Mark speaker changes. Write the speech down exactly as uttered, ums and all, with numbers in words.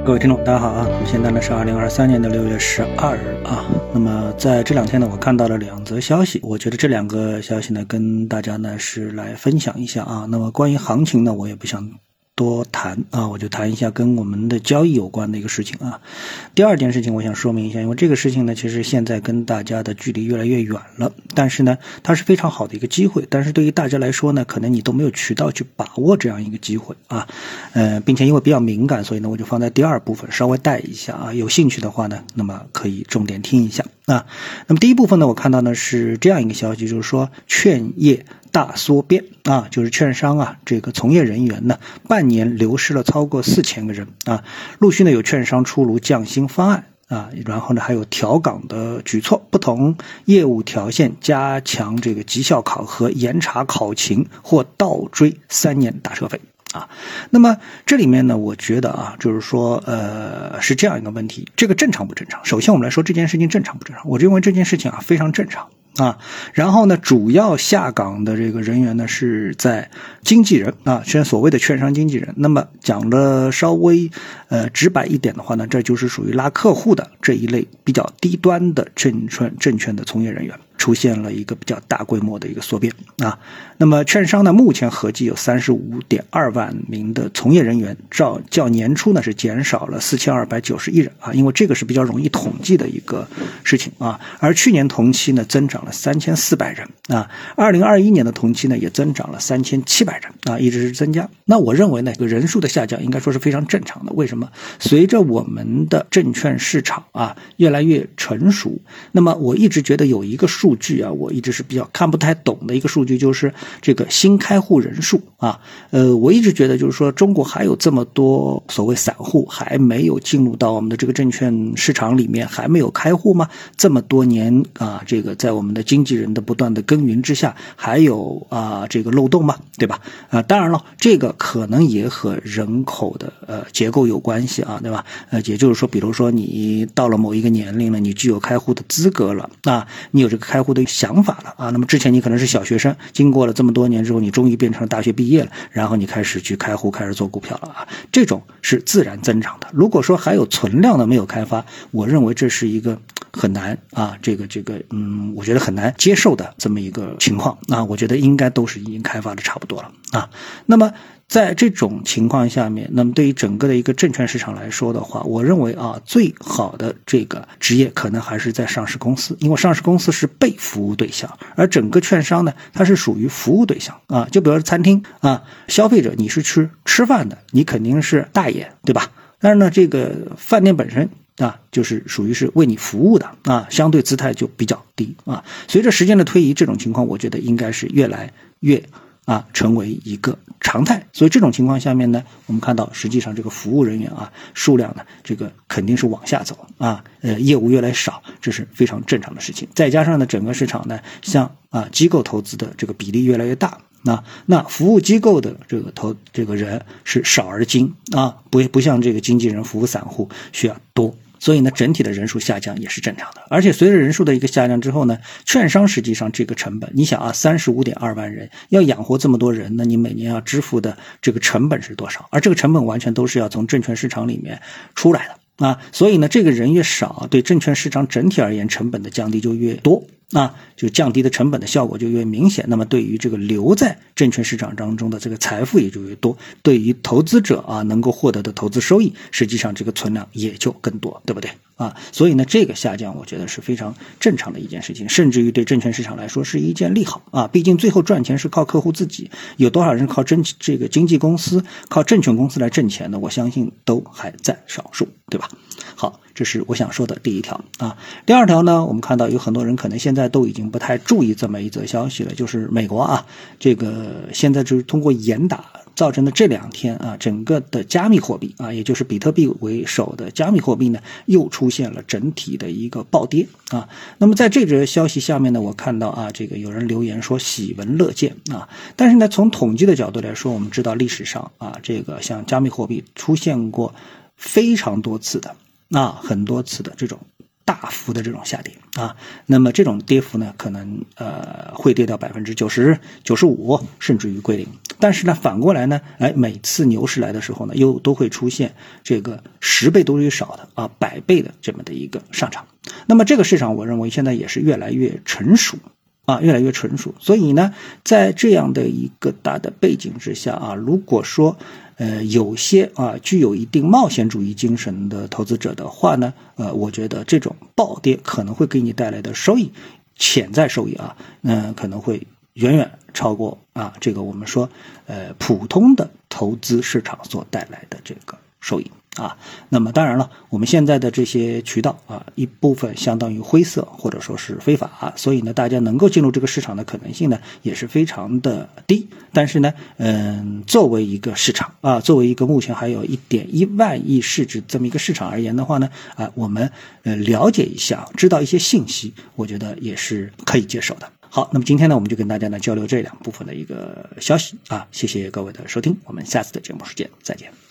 Speaker 1: 各位听众大家好啊，我们现在呢是二零二三年的六月十二日啊。那么在这两天呢，我看到了两则消息，我觉得这两个消息呢跟大家呢是来分享一下啊。那么关于行情呢，我也不想多谈啊，我就谈一下跟我们的交易有关的一个事情啊。第二件事情我想说明一下，因为这个事情呢其实现在跟大家的距离越来越远了，但是呢它是非常好的一个机会，但是对于大家来说呢，可能你都没有渠道去把握这样一个机会啊。呃，并且因为比较敏感，所以呢我就放在第二部分稍微带一下啊，有兴趣的话呢，那么可以重点听一下啊。那么第一部分呢，我看到呢是这样一个消息，就是说券业大缩编啊，就是券商啊，这个从业人员呢，半年流失了超过四千个人啊，陆续呢有券商出炉降薪方案啊，然后呢还有调岗的举措，不同业务条线加强这个绩效考核，严查考勤或倒追三年打车费。啊，那么这里面呢，我觉得啊，就是说，呃，是这样一个问题，这个正常不正常？首先我们来说这件事情正常不正常？我认为这件事情啊非常正常啊。然后呢，主要下岗的这个人员呢是在经纪人啊，是所谓的券商经纪人。那么讲的稍微呃直白一点的话呢，这就是属于拉客户的这一类比较低端的证券证券的从业人员。出现了一个比较大规模的一个缩编啊，那么券商呢，目前合计有 三十五点二万名的从业人员，照较年初呢是减少了四千二百九十一人啊，因为这个是比较容易统计的一个事情啊，而去年同期呢增长了三千四百人啊，二零二一年的同期呢也增长了三千七百人啊，一直是增加。那我认为呢，这个人数的下降应该说是非常正常的。为什么？随着我们的证券市场啊越来越成熟，那么我一直觉得有一个数据啊，我一直是比较看不太懂的一个数据，就是这个新开户人数啊。呃，我一直觉得就是说，中国还有这么多所谓散户还没有进入到我们的这个证券市场里面，还没有开户吗？这么多年啊，这个在我们的经纪人的不断的耕耘之下，还有啊这个漏洞吗？对吧？啊，当然了，这个可能也和人口的呃结构有关系啊，对吧？呃，也就是说，比如说你到了某一个年龄了，你具有开户的资格了啊，你有这个开户的想法了啊，那么之前你可能是小学生，经过了这么多年之后，你终于变成了大学毕业了，然后你开始去开户，开始做股票了啊，这种是自然增长的。如果说还有存量的没有开发，我认为这是一个很难啊，这个这个嗯，我觉得很难接受的这么一个情况啊，我觉得应该都是已经开发的差不多了啊。那么在这种情况下面，那么对于整个的一个证券市场来说的话，我认为啊，最好的这个职业可能还是在上市公司，因为上市公司是被服务对象，而整个券商呢，它是属于服务对象啊。就比如说餐厅啊，消费者你是吃吃饭的，你肯定是大爷，对吧？但是呢，这个饭店本身啊，就是属于是为你服务的啊，相对姿态就比较低啊。随着时间的推移，这种情况我觉得应该是越来越啊成为一个常态。所以这种情况下面呢，我们看到实际上这个服务人员啊数量呢，这个肯定是往下走啊，呃业务越来越少，这是非常正常的事情。再加上呢，整个市场呢，像啊机构投资的这个比例越来越大。那那服务机构的这个投这个人是少而精啊，不不像这个经纪人服务散户需要多，所以呢，整体的人数下降也是正常的。而且随着人数的一个下降之后呢，券商实际上这个成本，你想啊， 三十五点二万人要养活这么多人，那你每年要支付的这个成本是多少？而这个成本完全都是要从证券市场里面出来的啊，所以呢，这个人越少，对证券市场整体而言，成本的降低就越多。啊，就降低的成本的效果就越明显，那么对于这个留在证券市场当中的这个财富也就越多，对于投资者啊能够获得的投资收益，实际上这个存量也就更多，对不对啊？所以呢，这个下降我觉得是非常正常的一件事情，甚至于对证券市场来说是一件利好啊。毕竟最后赚钱是靠客户自己，有多少人靠真这个经纪公司、靠证券公司来挣钱的，我相信都还在少数，对吧？好，这是我想说的第一条啊。第二条呢，我们看到有很多人可能现在都已经不太注意这么一则消息了，就是美国啊，这个现在就是通过严打造成的这两天啊，整个的加密货币啊，也就是比特币为首的加密货币呢，又出现了整体的一个暴跌啊。那么在这则消息下面呢，我看到啊，这个有人留言说喜闻乐见啊，但是呢，从统计的角度来说，我们知道历史上啊，这个像加密货币出现过非常多次的。那很多次的这种大幅的这种下跌啊，那么这种跌幅呢，可能呃会跌到百分之九十、九十五，甚至于归零。但是呢，反过来呢，哎，每次牛市来的时候呢，又都会出现这个十倍都是少的啊，百倍的这么的一个上涨。那么这个市场，我认为现在也是越来越成熟。啊，越来越成熟，所以呢，在这样的一个大的背景之下啊，如果说呃有些啊具有一定冒险主义精神的投资者的话呢，呃，我觉得这种暴跌可能会给你带来的收益，潜在收益啊，那、呃、可能会远远超过啊这个我们说呃普通的投资市场所带来的这个收益。啊，那么当然了，我们现在的这些渠道啊，一部分相当于灰色或者说是非法、啊，所以呢，大家能够进入这个市场的可能性呢也是非常的低。但是呢，嗯，作为一个市场啊，作为一个目前还有一点一万亿市值这么一个市场而言的话呢，啊，我们呃了解一下，知道一些信息，我觉得也是可以接受的。好，那么今天呢，我们就跟大家呢交流这两部分的一个消息啊，谢谢各位的收听，我们下次的节目时间再见。